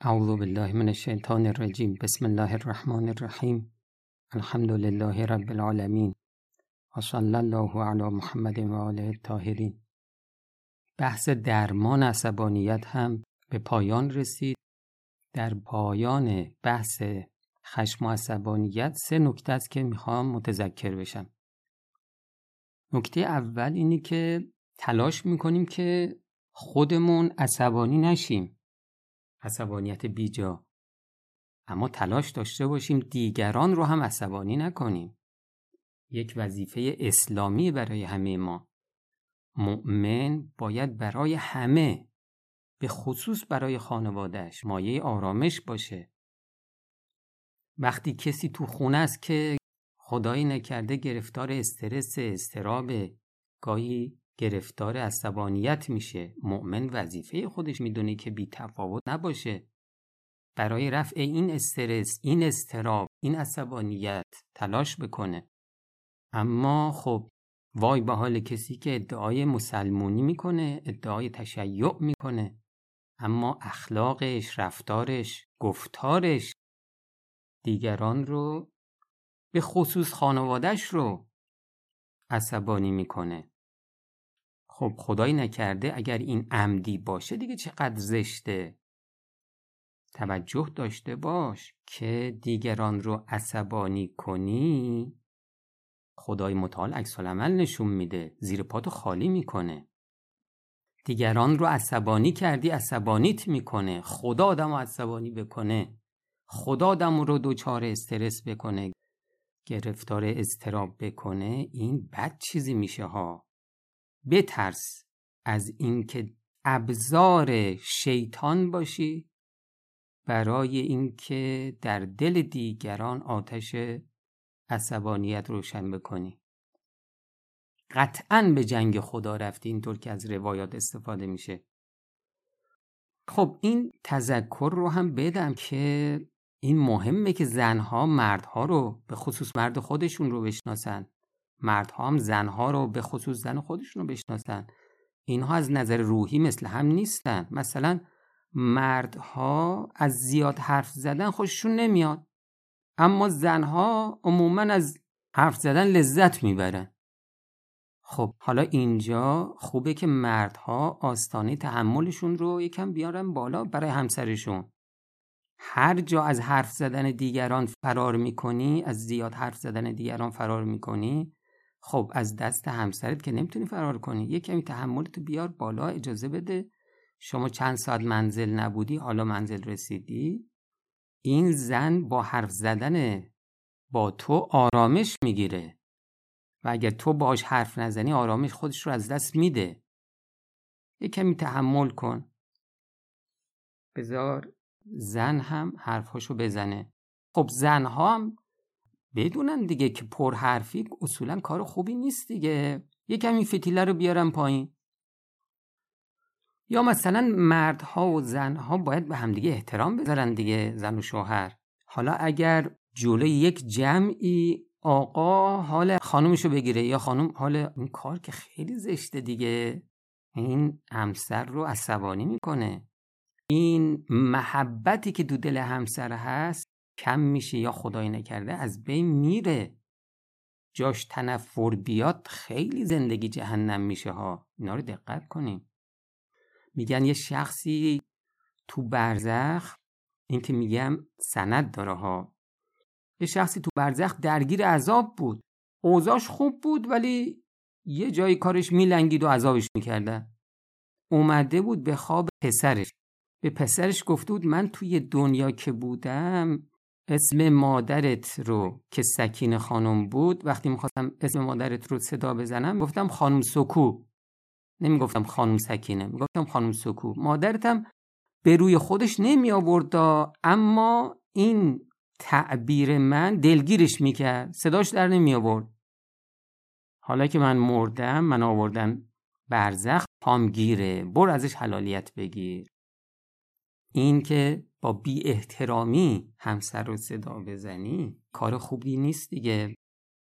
اعوذ بالله من الشیطان الرجیم. بسم الله الرحمن الرحیم. الحمد لله رب العالمین و صلی الله علی محمد و آله الطاهرین. بحث درمان عصبانیت هم به پایان رسید. در پایان بحث خشم و عصبانیت 3 نکته است که میخوام متذکر بشم. نکته اول اینی که تلاش میکنیم که خودمون عصبانی نشیم، عصبانیت بیجا، اما تلاش داشته باشیم دیگران رو هم عصبانی نکنیم. یک وظیفه اسلامی برای همه ما. مؤمن باید برای همه، به خصوص برای خانوادهش، مایه آرامش باشه. وقتی کسی تو خونه است که خدایی نکرده گرفتار استرس، اضطراب، گاهی گرفتار عصبانیت میشه، مؤمن وظیفه خودش میدونه که بی تفاوت نباشه، برای رفع این استرس، این اضطراب، این عصبانیت تلاش بکنه. اما خب وای به حال کسی که ادعای مسلمونی میکنه، ادعای تشیع میکنه، اما اخلاقش، رفتارش، گفتارش دیگران رو، به خصوص خانواده‌اش رو عصبانی میکنه. خب خدایی نکرده اگر این عمدی باشه دیگه چقدر زشته. توجه داشته باش که دیگران رو عصبانی کنی، خدای متعال عکس العمل نشون میده، زیر پاتو خالی میکنه. دیگران رو عصبانی کردی، عصبانیت میکنه. خدا آدمو عصبانی بکنه، خدا آدمو رو دچار استرس بکنه، گرفتار اضطراب بکنه، این بد چیزی میشه ها. بترس از اینکه ابزار شیطان باشی برای اینکه در دل دیگران آتش عصبانیت روشن بکنی. قطعاً به جنگ خدا رفتی، اینطور که از روایات استفاده میشه. خب این تذکر رو هم بدم که این مهمه که زنها مردها رو، به خصوص مرد خودشون رو بشناسن، مردها هم زنها رو به خصوص زن خودشون رو بشناسن. اینها از نظر روحی مثل هم نیستن. مثلا مردها از زیاد حرف زدن خوششون نمیاد، اما زنها عموماً از حرف زدن لذت میبرن. خب حالا اینجا خوبه که مردها آستانه تحملشون رو یکم بیارن بالا برای همسرشون. هر جا از حرف زدن دیگران فرار میکنی، از زیاد حرف زدن دیگران فرار میکنی، خب از دست همسرت که نمیتونی فرار کنی. یکمی تحملتو بیار بالا، اجازه بده. شما چند ساعت منزل نبودی، حالا منزل رسیدی، این زن با حرف زدن با تو آرامش میگیره و اگر تو باهاش حرف نزنی آرامش خودش رو از دست میده. یکمی تحمل کن، بذار زن هم حرفاشو بزنه. خب زنها هم بدونن دیگه که پرحرفی اصولا کار خوبی نیست دیگه، یکمی فتیله رو بیارن پایین. یا مثلا مردها و زنها باید به همدیگه احترام بذارن دیگه، زن و شوهر. حالا اگر جلوی یک جمعی آقا حال خانومشو بگیره یا خانوم حال، این کار که خیلی زشته دیگه، این همسر رو عصبانی میکنه. این محبتی که دو دل همسر هست کم میشه یا خدای نکرده از بین میره. جاش تنفر بیاد خیلی زندگی جهنم میشه ها. اینا رو دقت کنیم. میگن یه شخصی تو برزخ، این که میگم سند داره ها، یه شخصی تو برزخ درگیر عذاب بود، اوضاعش خوب بود ولی یه جایی کارش میلنگید و عذابش میکردن. اومده بود به خواب پسرش، به پسرش گفته بود من توی دنیا که بودم اسم مادرت رو، که سکینه خانم بود، وقتی میخواستم اسم مادرت رو صدا بزنم گفتم خانم سکو، نمیگفتم خانم سکینه، میگفتم خانم سکو. مادرتم به روی خودش نمی آورد، اما این تعبیر من دلگیرش میکرد، صداش در نمی آورد. حالا که من مردم، من آوردن برزخ، پام گیره، برو ازش حلالیت بگیر. این که با بی احترامی همسر رو صدا بزنی کار خوبی نیست دیگه.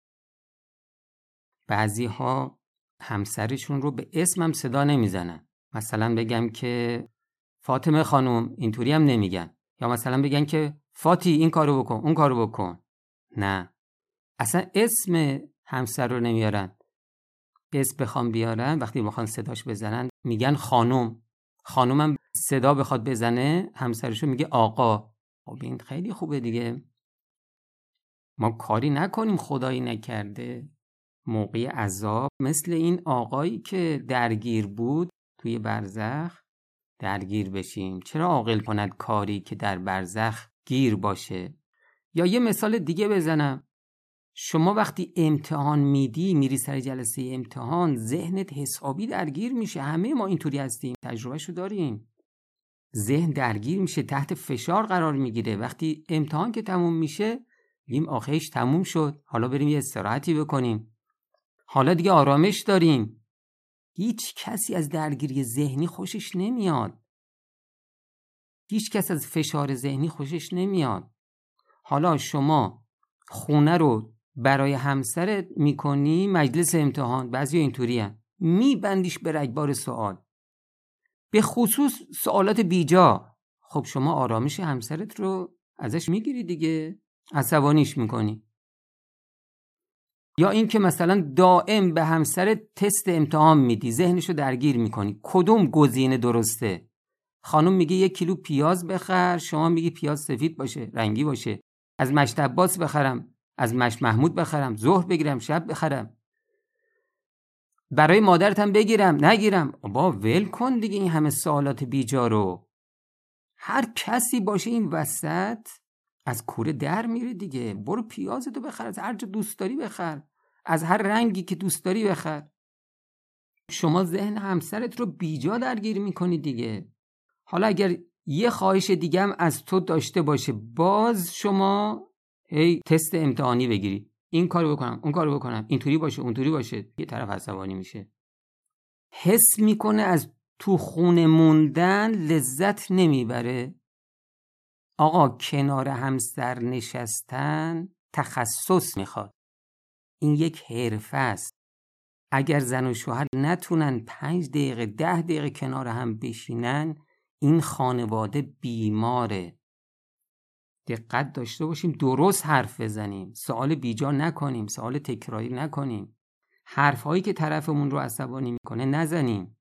بعضی ها همسرشون رو به اسمم صدا نمیزنن. مثلا بگم که فاطمه خانم، اینطوری هم نمیگن، یا مثلا بگن که فاتی این کارو بکن اون کارو بکن. نه، اصلا اسم همسر رو نمیارن. اسم بخوام بیارن وقتی بخوان صداش بزنن میگن خانم. خانومم صدا بخواد بزنه همسرشو میگه آقا. خب این خیلی خوبه دیگه. ما کاری نکنیم خدایی نکرده موقع عذاب مثل این آقایی که درگیر بود توی برزخ درگیر بشیم. چرا عاقل کند کاری که در برزخ گیر باشه؟ یا یه مثال دیگه بزنم. شما وقتی امتحان میری سر جلسه امتحان، ذهنت حسابی درگیر میشه. همه ما اینطوری هستیم، تجربهشو داریم. ذهن درگیر میشه، تحت فشار قرار میگیره. وقتی امتحان که تموم میشه میگیم آخیش تموم شد، حالا بریم یه استراحتی بکنیم، حالا دیگه آرامش داریم. هیچ کسی از درگیری ذهنی خوشش نمیاد. هیچ کس از فشار ذهنی خوشش نمیاد. حالا شما خونه رو برای همسرت میکنی مجلس امتحان، بعضی اینطوری هن میبندیش به رگبار سوال، به خصوص سوالات بیجا. خب شما آرامش همسرت رو ازش میگیری دیگه، عصبانیش میکنی. یا این که مثلا دائم به همسرت تست امتحان میدی، ذهنشو درگیر میکنی کدوم گزینه درسته. خانم میگه 1 کیلو پیاز بخر، شما میگی پیاز سفید باشه، رنگی باشه. از مشت عباس بخرم، از مشت محمود بخرم، ظهر بگیرم، شب بخرم، برای مادرت هم بگیرم نگیرم. با ول کن دیگه این همه سوالات بیجا رو. هر کسی باشه این وسط از کوره در میره دیگه. برو پیازتو بخر، از هر جا دوست داری بخر، از هر رنگی که دوست داری بخر. شما ذهن همسرت رو بیجا درگیر میکنی دیگه. حالا اگر یه خواهش دیگه هم از تو داشته باشه، باز شما تست امتحانی بگیری، این کارو بکنم اون کارو بکنم، اینطوری باشه اونطوری باشه، یه طرف عصبانی میشه. حس میکنه از تو خونه موندن لذت نمیبره. آقا کنار همسر نشستن تخصص میخواد. این یک حرفه است. اگر زن و شوهر نتونن 5 دقیقه 10 دقیقه کنار هم بشینن، این خانواده بیماره. دقت داشته باشیم، درست حرف بزنیم، سوال بیجا نکنیم، سوال تکراری نکنیم، حرفهایی که طرفمون رو عصبانی میکنه نزنیم.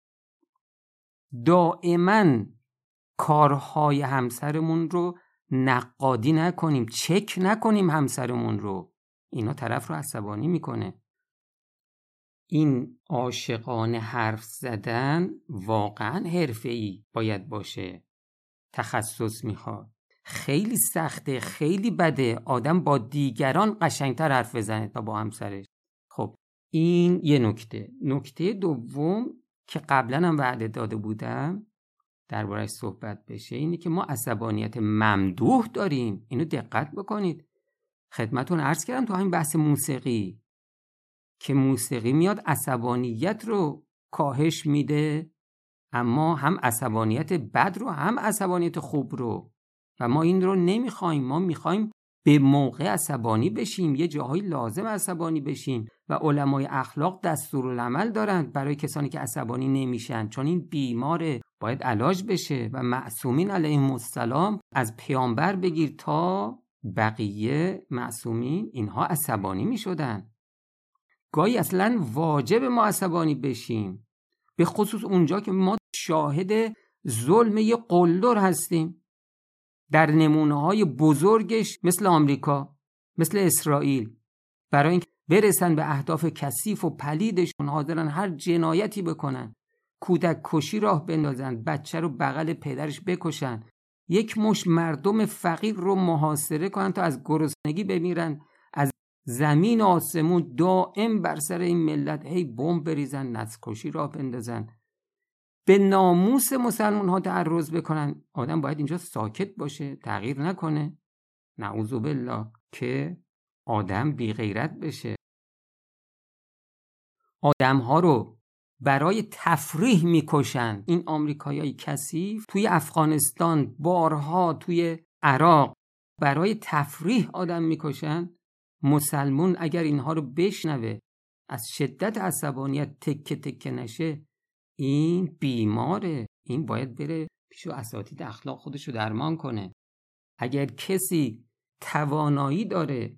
دائما کارهای همسرمون رو نقادی نکنیم، چک نکنیم همسرمون رو. اینا طرف رو عصبانی میکنه. این عاشقانه حرف زدن واقعا حرفه‌ای باید باشه، تخصص میخواد. خیلی سخته، خیلی بده آدم با دیگران قشنگتر حرف بزنه تا با همسرش. خب این یه نکته. نکته دوم که قبلا هم وعده داده بودم درباره‌اش صحبت بشه، اینه که ما عصبانیت ممدوح داریم. اینو دقت بکنید. خدمتون عرض کردم تو همین بحث موسیقی که موسیقی میاد عصبانیت رو کاهش میده، اما هم عصبانیت بد رو هم عصبانیت خوب رو، و ما این رو نمیخوایم. ما میخوایم به موقع عصبانی بشیم، یه جاهای لازم عصبانی بشیم و علمای اخلاق دستورالعمل دارن برای کسانی که عصبانی نمیشن، چون این بیماره، باید علاج بشه. و معصومین علیهم السلام از پیامبر بگیر تا بقیه معصومین، اینها عصبانی میشدن. گاهی اصلا واجب ما عصبانی بشیم، به خصوص اونجا که ما شاهد ظلم یه قلدر هستیم. در نمونه‌های بزرگش مثل آمریکا، مثل اسرائیل، برای اینکه برسن به اهداف کثیف و پلیدشون حاضرن هر جنایتی بکنن، کودک کشی راه بندازن، بچه رو بغل پدرش بکشن، یک مش مردم فقیر رو محاصره کنن تا از گرسنگی بمیرن، از زمین آسمون دائم بر سر این ملت هی بمب بریزن، نسل کشی راه بندازن، به ناموس مسلمان ها تعرض بکنن. آدم باید اینجا ساکت باشه، تغییر نکنه، نعوذ بالله، که آدم بی غیرت بشه. آدم ها رو برای تفریح میکشن. این آمریکاییای کثیف توی افغانستان، بارها توی عراق، برای تفریح آدم میکشن. مسلمون اگر اینها رو بشنوه، از شدت عصبانیت تکه تکه نشه، این بیماره. این باید بره پیش اساتید اخلاق خودشو درمان کنه. اگر کسی توانایی داره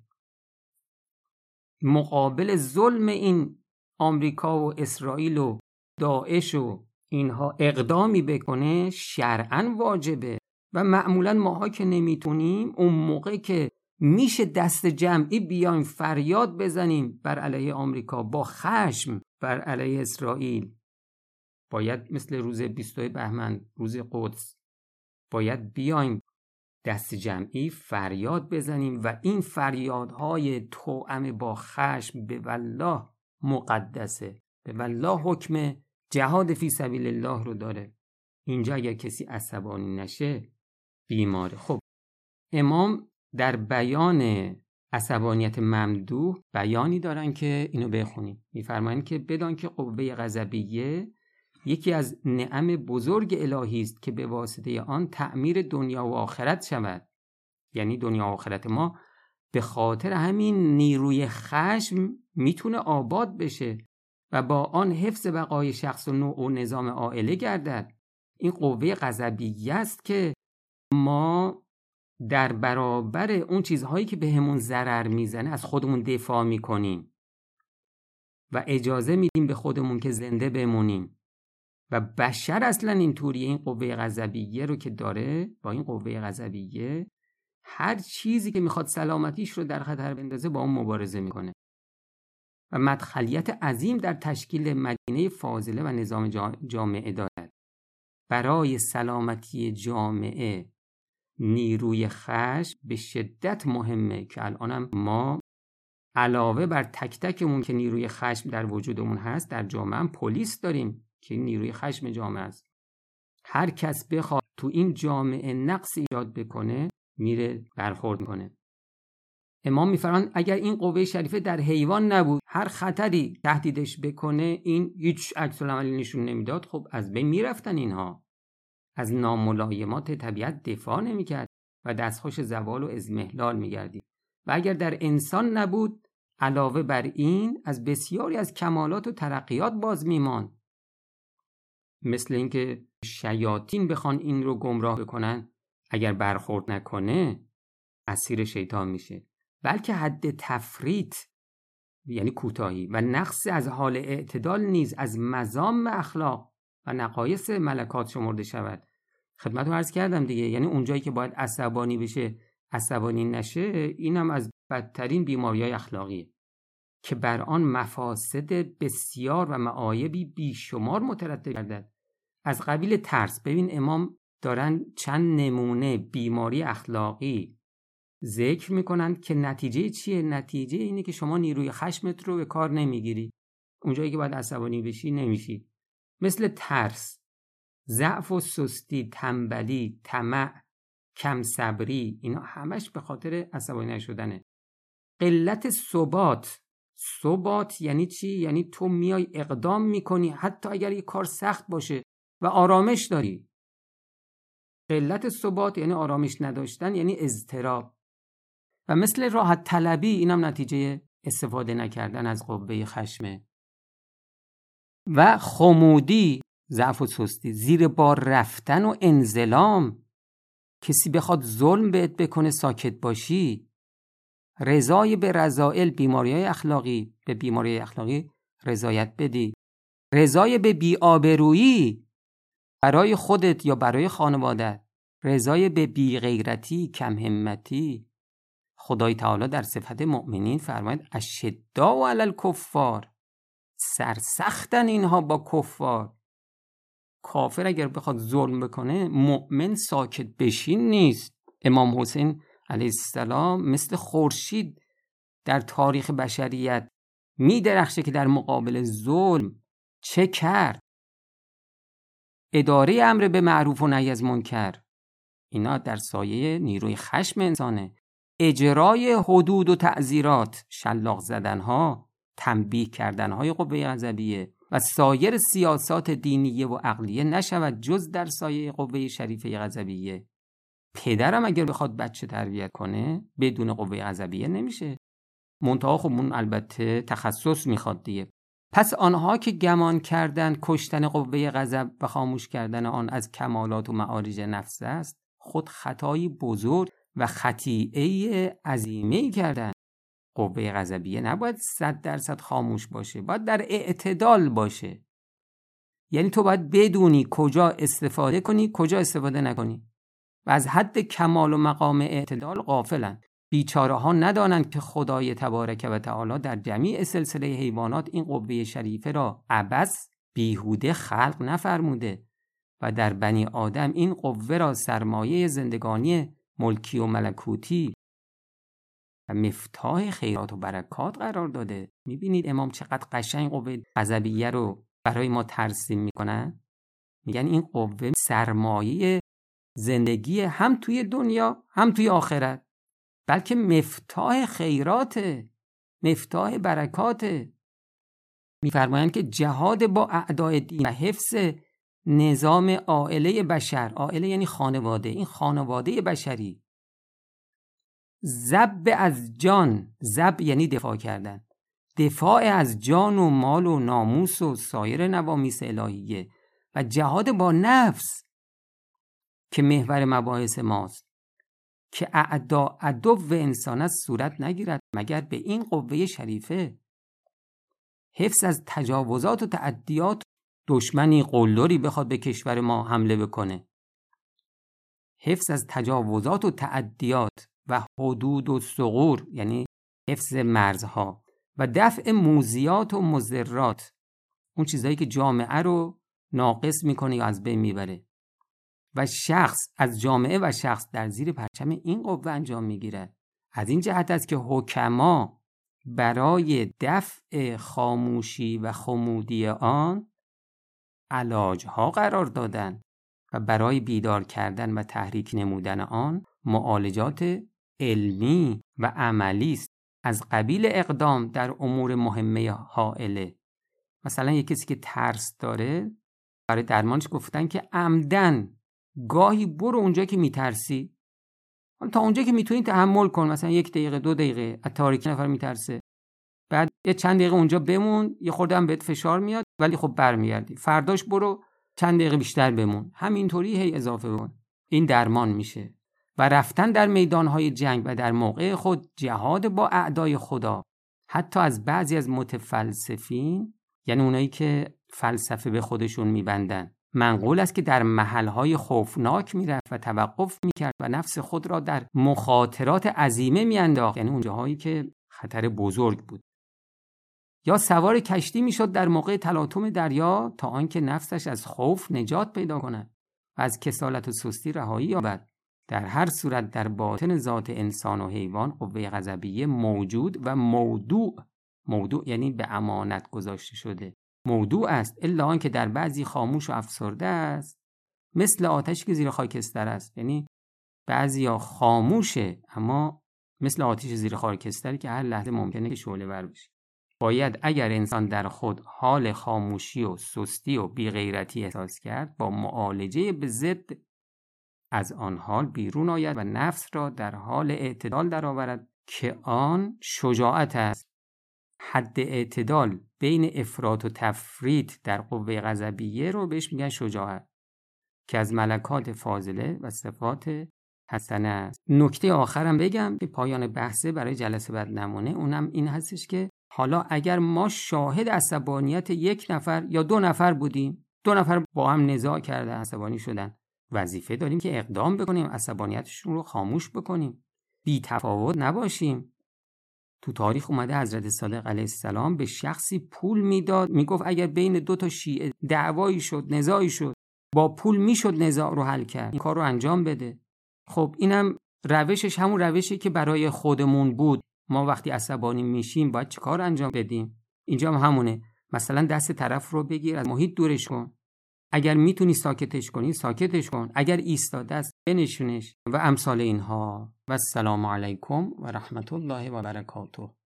مقابل ظلم این آمریکا و اسرائیل و داعش و اینها اقدامی بکنه، شرعاً واجبه. و معمولاً ماها که نمیتونیم، اون موقع که میشه دست جمعی بیایم فریاد بزنیم بر علیه آمریکا، با خشم بر علیه اسرائیل، باید مثل روز 22 بهمن، روز قدس، باید بیایم دست جمعی فریاد بزنیم و این فریادهای توأم با خشم به والله مقدسه، به والله حکم جهاد فی سبیل الله رو داره. اینجا اگر کسی عصبانی نشه بیماره. خب امام در بیان عصبانیت ممدوح بیانی دارن که اینو بخونیم. میفرمایند که بدان که قوه غضبیه یکی از نعم بزرگ الهی است که به واسطه آن تعمیر دنیا و آخرت شود. یعنی دنیا و آخرت ما به خاطر همین نیروی خشم میتونه آباد بشه و با آن حفظ بقای شخص و نوع و نظام عائله گردد. این قوه غضبیه است که ما در برابر اون چیزهایی که بهمون ضرر میزنه از خودمون دفاع میکنیم و اجازه میدیم به خودمون که زنده بمونیم. و بشر اصلا اینطوریه. این قوه غضبیه رو که داره، با این قوه غضبیه هر چیزی که میخواد سلامتیش رو در خطر بندازه با اون مبارزه میکنه و مدخلیت عظیم در تشکیل مدینه فاضله و نظام جامعه دارد. برای سلامتی جامعه نیروی خشم به شدت مهمه که الانم ما علاوه بر تک تکمون که نیروی خشم در وجودمون هست، در جامعه هم پلیس داریم که نیروی خشم جامعه است. هر کس بخواد تو این جامعه نقص ایجاد بکنه میره برخورد میکنه. امام میفرمان اگر این قوه شریفه در حیوان نبود، هر خطری تهدیدش بکنه این هیچ عکس العملی نشون نمیداد، خب از بین میرفتن اینها. از ناملایمات طبیعت دفاع نمیکرد و دستخوش زوال و اضمحلال میگردید. و اگر در انسان نبود، علاوه بر این از بسیاری از کمالات و ترقیات باز میماند. مثل اینکه شیاطین بخوان این رو گمراه بکنن، اگر برخورد نکنه اسیر شیطان میشه. بلکه حد تفریط یعنی کوتاهی و نقص از حال اعتدال نیز از مزام اخلاق و نقایص ملکات شمرده شود. خدمتتون عرض کردم دیگه، یعنی اونجایی که باید عصبانی بشه عصبانی نشه، اینم از بدترین بیماری‌های اخلاقیه که بر آن مفاسد بسیار و معایبی بیشمار مترتب گردد. از قبیل ترس. ببین امام دارن چند نمونه بیماری اخلاقی ذکر میکنن که نتیجه چیه؟ نتیجه اینه که شما نیروی خشمت رو به کار نمیگیری، اونجایی که باید عصبانی بشی نمیشی. مثل ترس، ضعف و سستی، تنبلی، طمع، کم صبری، اینا همش به خاطر عصبانی نشدنه. قلت ثبات یعنی چی؟ یعنی تو میای اقدام میکنی حتی اگر یه کار سخت باشه و آرامش داری. قلت ثبات یعنی آرامش نداشتن، یعنی اضطراب. و مثل راحت طلبی، اینم نتیجه استفاده نکردن از قوه خشمه. و خمودی، ضعف و سستی، زیر بار رفتن و انزلام، کسی بخواد ظلم بهت بکنه ساکت باشی. رضای به رذائل، بیماری‌های اخلاقی، به بیماری اخلاقی رضایت بدی. رضای به بی‌آبرویی برای خودت یا برای خانوادت، رضای به بی‌غیرتی، کم همتی. خدای تعالی در صفت مؤمنین فرماید اشداء علی الکفار، سرسختن اینها با کفار. کافر اگر بخواد ظلم بکنه، مؤمن ساکت بشین نیست. امام حسین علیه السلام مثل خورشید در تاریخ بشریت می درخشه که در مقابل ظلم چه کرد. اداره امر به معروف و نهی از منکر، اینا در سایه نیروی خشم انسانه. اجرای حدود و تعزیرات، شلاق زدنها، تنبیه کردنهای قوه غضبیه و سایر سیاسات دینیه و عقلیه نشود جز در سایه قوه شریفه غضبیه. پدرم اگر بخواد بچه تربیت کنه بدون قوه غضبیه نمیشه. منتها خب اون البته تخصص میخواد دیگه. پس آنها که گمان کردند کشتن قوه غضب و خاموش کردن آن از کمالات و معارج نفس است، خود خطایی بزرگ و خطیئه عظیمه‌ای کردند. قوه غضبیه نباید 100% خاموش باشه، باید در اعتدال باشه. یعنی تو باید بدونی کجا استفاده کنی، کجا استفاده نکنی. و از حد کمال و مقام اعتدال غافلند. بیچاره ها ندانند که خدای تبارک و تعالی در جمیع سلسله حیوانات این قوه شریفه را عبث بیهوده خلق نفرموده و در بنی آدم این قوه را سرمایه زندگانی ملکی و ملکوتی و مفتاح خیرات و برکات قرار داده. میبینید امام چقدر قشنگ قوه غضبیه رو برای ما ترسیم میکنن. میگن این قوه سرمایه زندگی هم توی دنیا هم توی آخرت، بلکه مفتاح خیراته، مفتاح برکاته. میفرمایند که جهاد با اعدای دین و حفظ نظام عائله بشر، عائله یعنی خانواده، این خانواده بشری، ذب از جان، ذب یعنی دفاع کردن، دفاع از جان و مال و ناموس و سایر نوامیس الهیه و جهاد با نفس که محور مباحث ماست، که عدو انسان از صورت نگیرد مگر به این قوه شریفه. حفظ از تجاوزات و تعدیات، دشمنی قلدری بخواد به کشور ما حمله بکنه، حفظ از تجاوزات و تعدیات و حدود و ثغور یعنی حفظ مرزها و دفع موذیات و مضرات، اون چیزایی که جامعه رو ناقص میکنه یا از بین میبره، و شخص از جامعه و شخص در زیر پرچم این قوه انجام میگیرد. از این جهت است که حکما برای دفع خاموشی و خمودی آن علاجها قرار دادند و برای بیدار کردن و تحریک نمودن آن معالجات علمی و عملی است از قبیل اقدام در امور مهمه هائله. مثلا یک کسی که ترس داره، برای درمانش گفتن که عمدن گاهی برو اونجا که میترسی، تا اونجا که میتونی تحمل کن، مثلا 1 دقیقه 2 دقیقه، از تاریکی نفر میترسه، بعد یه چند دقیقه اونجا بمون، یه خورده هم بهت فشار میاد ولی خب برمیگردی، فرداش برو چند دقیقه بیشتر بمون، همینطوری هی اضافه کن. این درمان میشه. و رفتن در میدانهای جنگ و در موقع خود جهاد با اعدای خدا. حتی از بعضی از متفلسفین، یعنی اونایی که فلسفه به خودشون میبندن، منقول است که در محلهای خوفناک میرفت و توقف میکرد و نفس خود را در مخاطرات عظیمه میانداخت، یعنی اونجاهایی که خطر بزرگ بود. یا سوار کشتی میشد در موقع تلاطم دریا تا آنکه نفسش از خوف نجات پیدا کند و از کسالت و سستی رهایی یابد. در هر صورت در باطن ذات انسان و حیوان قوه غضبیه موجود و موضوع یعنی به امانت گذاشته شده، موضوع است، الا آنکه در بعضی خاموش و افسرده است، مثل آتشی که زیر خاکستر است. یعنی بعضیا خاموشه اما مثل آتش زیر خاکستری که هر لحظه ممکنه که شعله ور بشه. باید اگر انسان در خود حال خاموشی و سستی و بی‌غیرتی احساس کرد، با معالجه به ضد از آن حال بیرون آید و نفس را در حال اعتدال درآورد که آن شجاعت است. حد اعتدال بین افراط و تفریط در قوه غضبیه رو بهش میگن شجاعت، که از ملکات فاضله و صفات حسنه است. نکته آخرم بگم که پایان بحثه برای جلسه بعد نمونه، اونم این هستش که حالا اگر ما شاهد عصبانیت 1 نفر یا 2 نفر بودیم، 2 نفر با هم نزاع کرده عصبانی شدن، وظیفه داریم که اقدام بکنیم، عصبانیتشون رو خاموش بکنیم، بی تفاوت نباشیم. تو تاریخ اومده حضرت صادق علیه السلام به شخصی پول میداد، میگفت اگر بین 2 تا شیعه دعوایی شد، نزاعی شد، با پول میشد نزاع رو حل کرد، این کار رو انجام بده. خب اینم روشش همون روشی که برای خودمون بود. ما وقتی عصبانی میشیم باید چه کار انجام بدیم؟ اینجا هم همونه. مثلا دست طرف رو بگیر، از محیط دورش کن، اگر میتونی ساکتش کنی ساکتش کن، اگر ایستاده است بنشونش و امثال اینها. و السلام علیکم و رحمت الله و برکاته.